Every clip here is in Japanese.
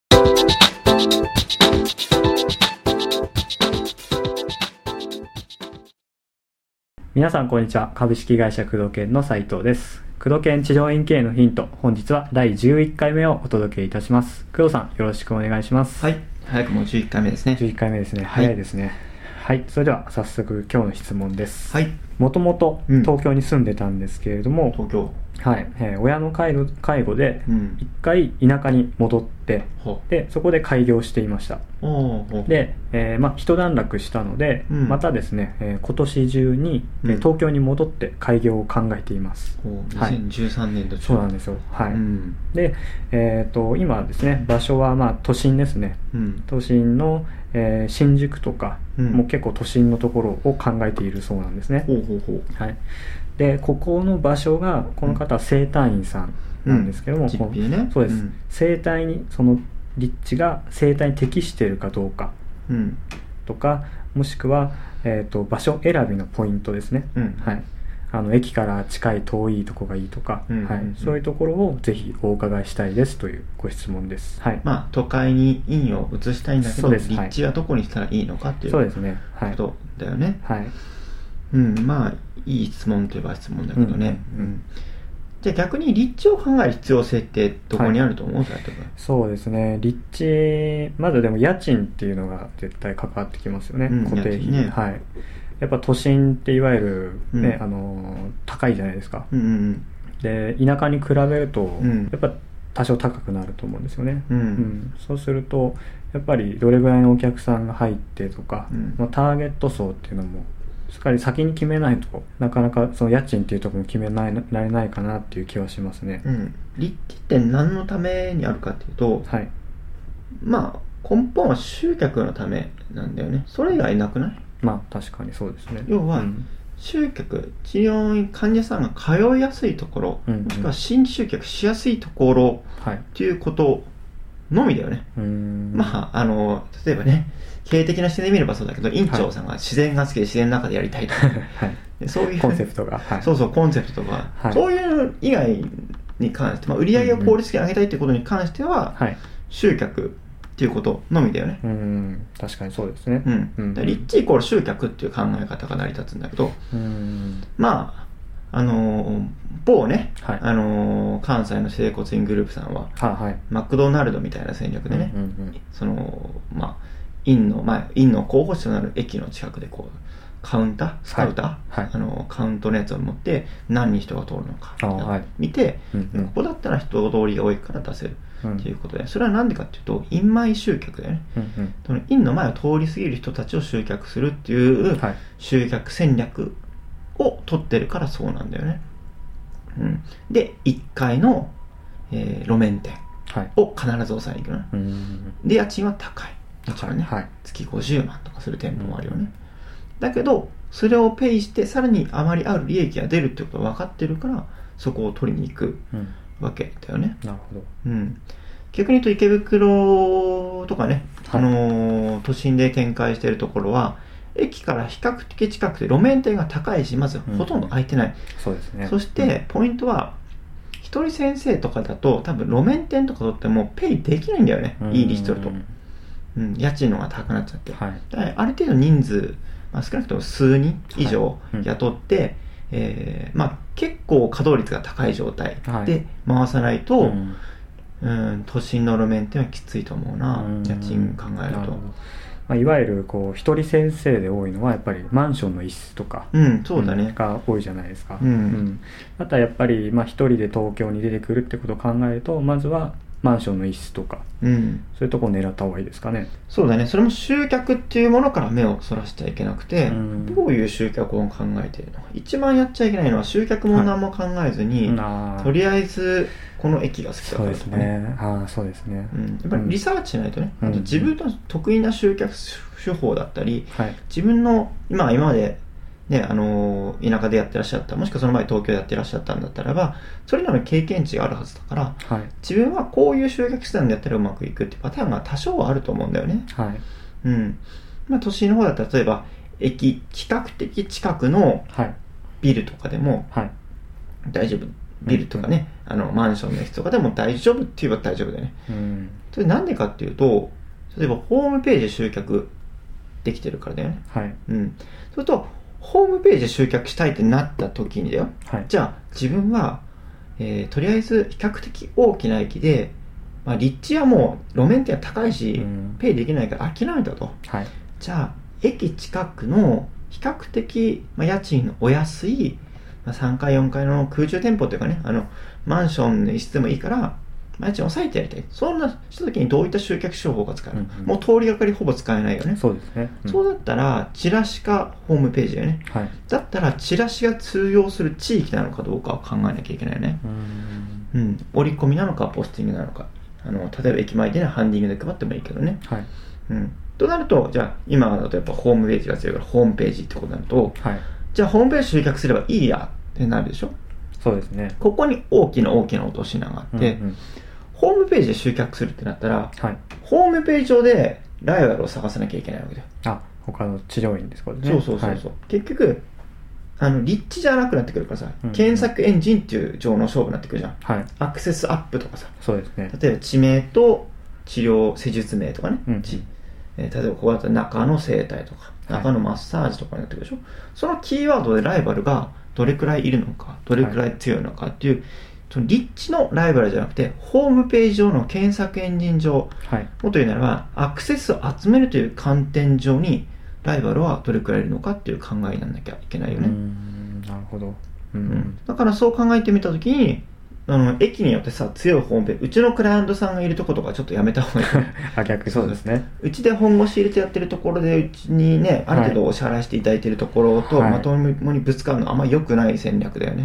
皆さんこんにちは。株式会社工藤研の斉藤です。工藤研地上院経営のヒント、本日は第11回目をお届けいたします。工藤さん、よろしくお願いします。 はい、早くも11回目ですね。 11回目ですね。早いですね。はい、それでは早速今日の質問です。 はい。 もともと東京に住んでたんですけれども、 東京。 はい、親の介護で一回田舎に戻って、でそこで開業していました。で、一段落したので、またですね、今年中に、東京に戻って開業を考えています。 2013年度中。 そうなんですよ。はい。で、今ですね、場所は都心ですね。都心の、新宿とか、もう結構都心のところを考えているそうなんですね。はい。でここの場所がこの方は整体院さんなんですけども、そうです、整体にその立地が整体に適しているかどうかとか、もしくは、場所選びのポイントですね、はい、駅から近い遠いとこがいいとか、そういうところをぜひお伺いしたいですというご質問です。はい。 都会に院を移したいんだけど、立地はどこにしたらいいのかっていうことだよね。はい。いい質問といえば質問だけどね。じゃあ逆に立地を考える必要性ってどこにあると思う？ そうですね、立地、まずでも家賃っていうのが絶対関わってきますよね、固定費ね。はい。やっぱ都心っていわゆる、ね、高いじゃないですか。で田舎に比べると、やっぱ多少高くなると思うんですよね。そうするとやっぱりどれぐらいのお客さんが入ってとか、ターゲット層っていうのもしっかり先に決めないとなかなかその家賃っていうところも決められないかなっていう気はしますね。 立地って何のためにあるかっていうと、根本は集客のためなんだよね。それ以外なくない？ 確かにそうですね。 要は、集客、治療院患者さんが通いやすいところ、もしくは新規集客しやすいところっていうことのみだよね。例えばね、経営的な視点で見ればそうだけど、院長さんが自然が好きで自然の中でやりたいとか、そういうコンセプトが、 コンセプトとか、そういうの以外に関して、売り上げを効率的に上げたいということに関しては、集客っていうことのみだよね。 確かにそうですね。 立地イコール集客っていう考え方が成り立つんだけど、某ね、関西の整骨院グループさんは、マクドナルドみたいな戦略でね、院の候補地となる駅の近くでこうカウンター、スカウター、カウントのやつを持って何人人が通るのか見て、ここだったら人通りが多いから出せるっていうことで、それは何でかっていうと院前集客だよね。その院の前を通り過ぎる人たちを集客するっていう集客戦略を取ってるからそうなんだよね。で1階の、路面店を必ず抑えに行くの、で家賃は高いだからね、月50万とかする店舗もあるよね。だけどそれをペイしてさらにあまりある利益が出るってことが分かってるからそこを取りに行くわけだよね。 なるほど。 逆に言うと池袋とかね、都心で展開しているところは駅から比較的近くて路面店が高いし、まずほとんど空いてない。 そうですね。 そしてポイントは一人先生とかだと多分路面店とか取ってもペイできないんだよね。いいリスト取ると、家賃の方が高くなっちゃって、ある程度人数、少なくとも数人以上雇って、結構稼働率が高い状態で回さないと、都心の路面店はきついと思うな、家賃考えると。 いわゆる一人先生で多いのはやっぱりマンションの一室とかが多いじゃないですか。あとはやっぱり一人で東京に出てくるってことを考えると、まずはマンションの一室とか、そういうところを狙った方がいいですかね。 そうだね。それも集客っていうものから目をそらしちゃいけなくて、どういう集客を考えているのか。一番やっちゃいけないのは集客も何も考えずに、とりあえずこの駅が好きだからとかね。 そうですね。 やっぱりリサーチしないとね、あと自分の得意な集客手法だったり、自分の今までね、田舎でやってらっしゃった、もしくはその前東京でやってらっしゃったんだったらば、それらの経験値があるはずだから、自分はこういう集客手段でやったらうまくいくっていうパターンが多少はあると思うんだよね。都心の方だったら例えば駅比較的近くのビルとかでも大丈夫ビルとかね、マンションのやつとかでも大丈夫って言えば大丈夫だよね。それなんでかっていうと、例えばホームページ集客できてるからだよね。 はい。 それと、ホームページ集客したいってなった時にだよ。 はい、 じゃあ、自分は、とりあえず比較的大きな駅で、立地はもう路面店は高いし、ペイできないから諦めたと。 はい、 じゃあ、駅近くの比較的、家賃のお安い、3階4階の空中店舗というかね、マンションの一室でもいいから、家賃抑えてやりたい。そんなした時にどういった集客手法が使える、もう通りがかりほぼ使えないよね。 そうですね。 そうだったら、チラシかホームページだよね。 はい、 だったら、チラシが通用する地域なのかどうかを考えなきゃいけないよね。折り込みなのか、ポスティングなのか。例えば駅前でね、ハンディングで配ってもいいけどね。 はい。 となると、じゃあ、今だとやっぱホームページが強いから、ホームページってことになると、 はい、 じゃあ、ホームページ集客すればいいやってなるでしょ。 そうですね。 ここに大きな落とし穴があって、ホームページで集客するってなったら、 はい、 ホームページ上でライバルを探さなきゃいけないわけだよ。 他の治療院ですからね。 そう。結局、立地じゃなくなってくるからさ、検索エンジンっていう上の勝負になってくるじゃん。 はい、 アクセスアップとかさ。 そうですね。 例えば地名と治療施術名とかね。例えばここだったら中野整体とか、中野マッサージとかになってくるでしょ。そのキーワードでライバルがどれくらいいるのか、どれくらい強いのかっていう、その立地のライバルじゃなくて、ホームページ上の検索エンジン上、もっと言うならば、アクセスを集めるという観点上に、ライバルはどれくらいいるのかっていう考えにならなきゃいけないよね。 なるほど。 だからそう考えてみたときに、駅によってさ、強いホームページ、うちのクライアントさんがいるところとかちょっとやめた方がいい。 逆にそうですね。 うちで本腰入れてやってるところで、うちにね、ある程度お支払いしていただいているところと、まともにぶつかるのはあんまり良くない戦略だよね。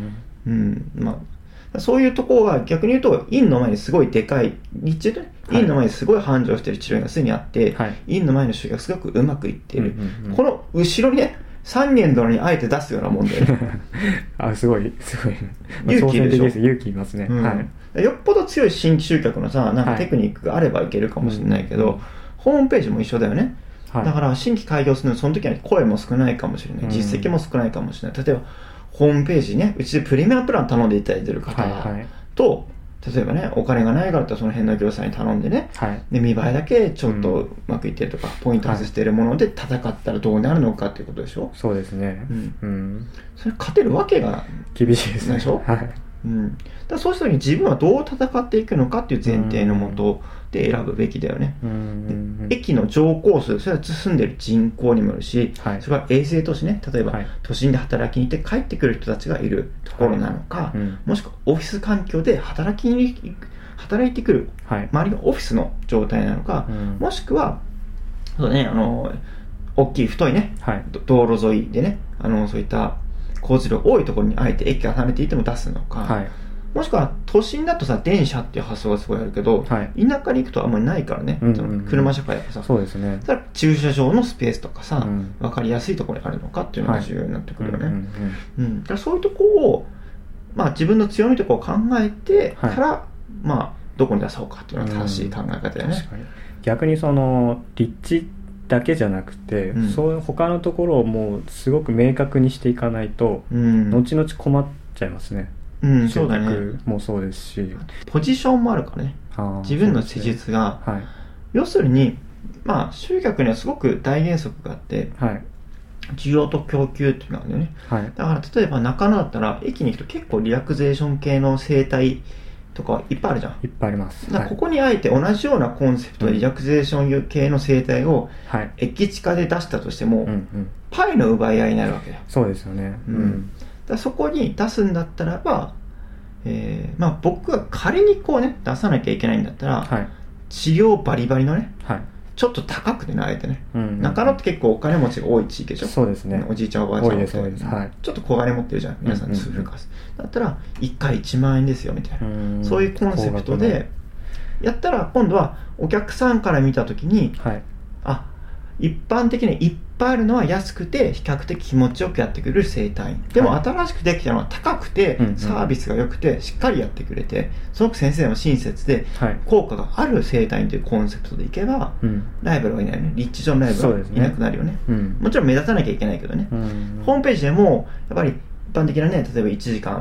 そういうところが逆に言うと、院の前にすごいでかい、日中とね、院の前にすごい繁盛している治療院がすでにあって、院の前の集客すごくうまくいっている。この後ろにね、3軒ドルにあえて出すようなもんだよね。 すごい。 勇気でしょ。 勇気いますね。 よっぽど強い新規集客のさ、なんかテクニックがあればいけるかもしれないけど、ホームページも一緒だよね。だから新規開業するのにその時は声も少ないかもしれない。実績も少ないかもしれない。例えば、ホームページね、うちでプレミアムプラン頼んでいただいている方と、例えばね、お金がないからってその辺の業者に頼んでね、で見栄えだけちょっとうまくいってるとか、ポイント外しているもので戦ったらどうなるのかっていうことでしょ。 そうですね。 それ勝てるわけが厳しいですね。 でしょ。だそうした時に自分はどう戦っていくのかっていう前提のもとで選ぶべきだよね。駅の乗降数、それは住んでる人口にもよるし、それは衛星都市ね、例えば都心で働きに行って帰ってくる人たちがいるところなのか、もしくはオフィス環境で働いてくる、周りがオフィスの状態なのか、もしくはそうね、大きい太いね、道路沿いでね、そういった交通量多いところにあえて駅が離れていても出すのか、もしくは都心だとさ、電車っていう発想がすごいあるけど、田舎に行くとあんまりないからね、車社会やっぱさ、 そうですね。 だから駐車場のスペースとかさ、分かりやすいところにあるのかっていうのが重要になってくるよね。だからそういうところを、自分の強みとかを考えてから、どこに出そうかっていうのが正しい考え方だよね。 逆にその立地だけじゃなくて、そういう他のところをもうすごく明確にしていかないと、後々困っちゃいますね。 そうだね。 もそうですし、 ポジションもあるからね。自分の施術が、要するに、集客にはすごく大原則があって、需要と供給っていうのがあるよね。だから例えば中野だったら駅に行くと結構リラクゼーション系の整体とかいっぱいあるじゃん。 いっぱいあります。 だからここにあえて同じようなコンセプトでリラクゼーション系の整体を駅地下で出したとしても、パイの奪い合いになるわけだよ。 そうですよね。 だからそこに出すんだったらば、僕が仮にこうね出さなきゃいけないんだったら、治療バリバリのね、ちょっと高くてね、あえてね、中野って結構お金持ちが多い地域でしょ。 そうですね。 おじいちゃんおばあちゃん多いです、 ちょっと小金持ってるじゃん、皆さんツールカス、だったら1回1万円ですよみたいな、そういうコンセプトでやったら、今度はお客さんから見たときに、一般的にいっぱいあるのは安くて比較的気持ちよくやってくれる整体院でも、新しくできたのは高くてサービスが良くてしっかりやってくれて、すごく先生も親切で効果がある整体院というコンセプトでいけば、ライバルはいないよね。立地上のライバルはいなくなるよね。もちろん目立たなきゃいけないけどね、ホームページでもやっぱり一般的なね、例えば1時間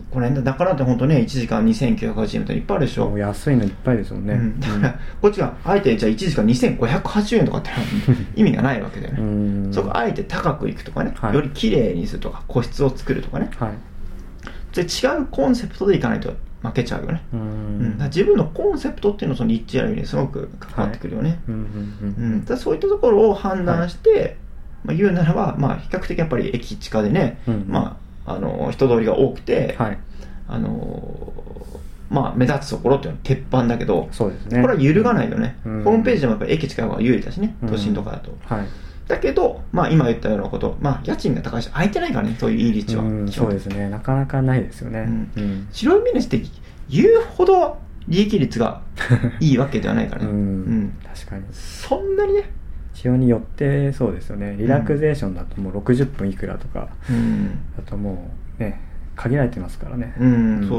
これだからって本当ね、1時間2980円とかいっぱいあるでしょ。 安いのいっぱいですよね。 だからこっちがあえてじゃあ1時間2580円とかって意味がないわけだよね。そこあえて高くいくとかね、より綺麗にするとか個室を作るとかね、で違うコンセプトでいかないと負けちゃうよね。自分のコンセプトっていうのはその立地選びにすごく関わってくるよね。そういったところを判断して、言うならば、比較的やっぱり駅近でね、人通りが多くて、目立つところっていうのは鉄板だけど、 そうですね、 これは揺るがないよね。ホームページでもやっぱり駅近い方が有利だしね、都心とかだと。だけど、今言ったようなこと、家賃が高いし空いてないからね、そういういい立地は。 そうですね、なかなかないですよね。 白いビジネスって言うほど利益率がいいわけではないからね。 確かに。 そんなにね。 仕様によってそうですよね。リラクゼーションだともう60分いくらとか、だともうね、限られてますからね。 そう。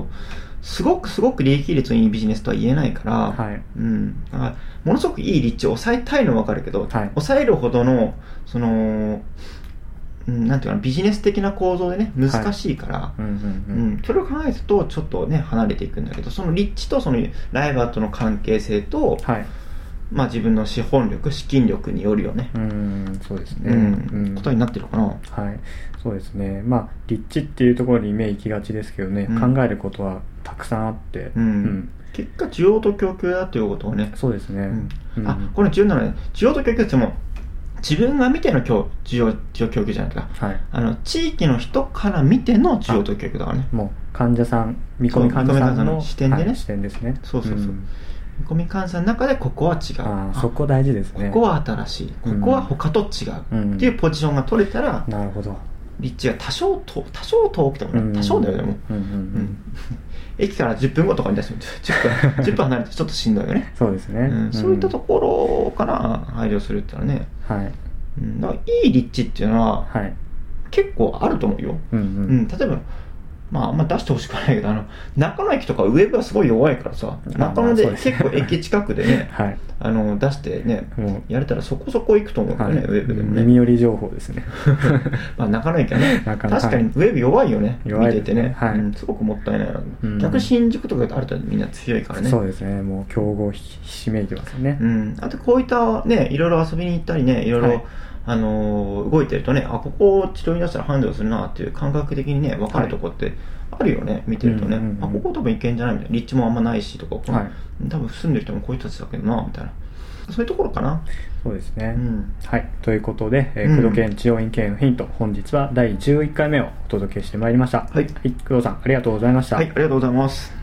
すごく利益率のいいビジネスとは言えないから、だからものすごくいい立地を抑えたいのは分かるけど、抑えるほどのそのなんていうかな、ビジネス的な構造でね難しいから、それを考えるとちょっとね離れていくんだけど、その立地とそのライバルとの関係性と、自分の資本力資金力によるよね。 そうですね、 ことになってるかな。 そうですね。立地っていうところに目行きがちですけどね、考えることはたくさんあって、 結果需要と供給だということをね。 そうですね。 これ重要なのは、需要と供給っても自分が見ての需要と供給じゃないか、地域の人から見ての需要と供給だからね。 もう患者さん、見込み患者さんの視点でね。 視点ですね。 そう。見込み患者さんの中でここは違う。 そこ大事ですね。 ここは新しい。ここは他と違う。っていうポジションが取れたら、 なるほど。 立地が多少遠くてもね、多少だよね、もう。駅から10分後とかに出しても10分離れてちょっとしんどいよね。 そうですね。 そういったところから配慮するっていうのはね、だからいい立地っていうのは結構あると思うよ。例えばあんま出してほしくないけど、中野駅とかウェブはすごい弱いからさ、中野で結構駅近くでね、出してね、やれたらそこそこ行くと思うからね、ウェブでもね。 耳寄り情報ですね。 中野駅はね、確かにウェブ弱いよね、見ててね、すごくもったいないな。逆に新宿とかあるとみんな強いからね。 そうですね、もう競合ひしめいてますよね。 あとこういったね、いろいろ遊びに行ったりね、いろいろ動いてるとね、ここを治療に出したら繁盛するなっていう感覚的にね分かるとこってあるよね、見てるとね。ここ多分いけんじゃないみたいな、立地もあんまないしとか、多分住んでる人もこういう人たちだけどなみたいな、そういうところかな。 そうですね。ということで、工藤研治療院経営のヒント、本日は第11回目をお届けしてまいりました。工藤さんありがとうございました。 ありがとうございます。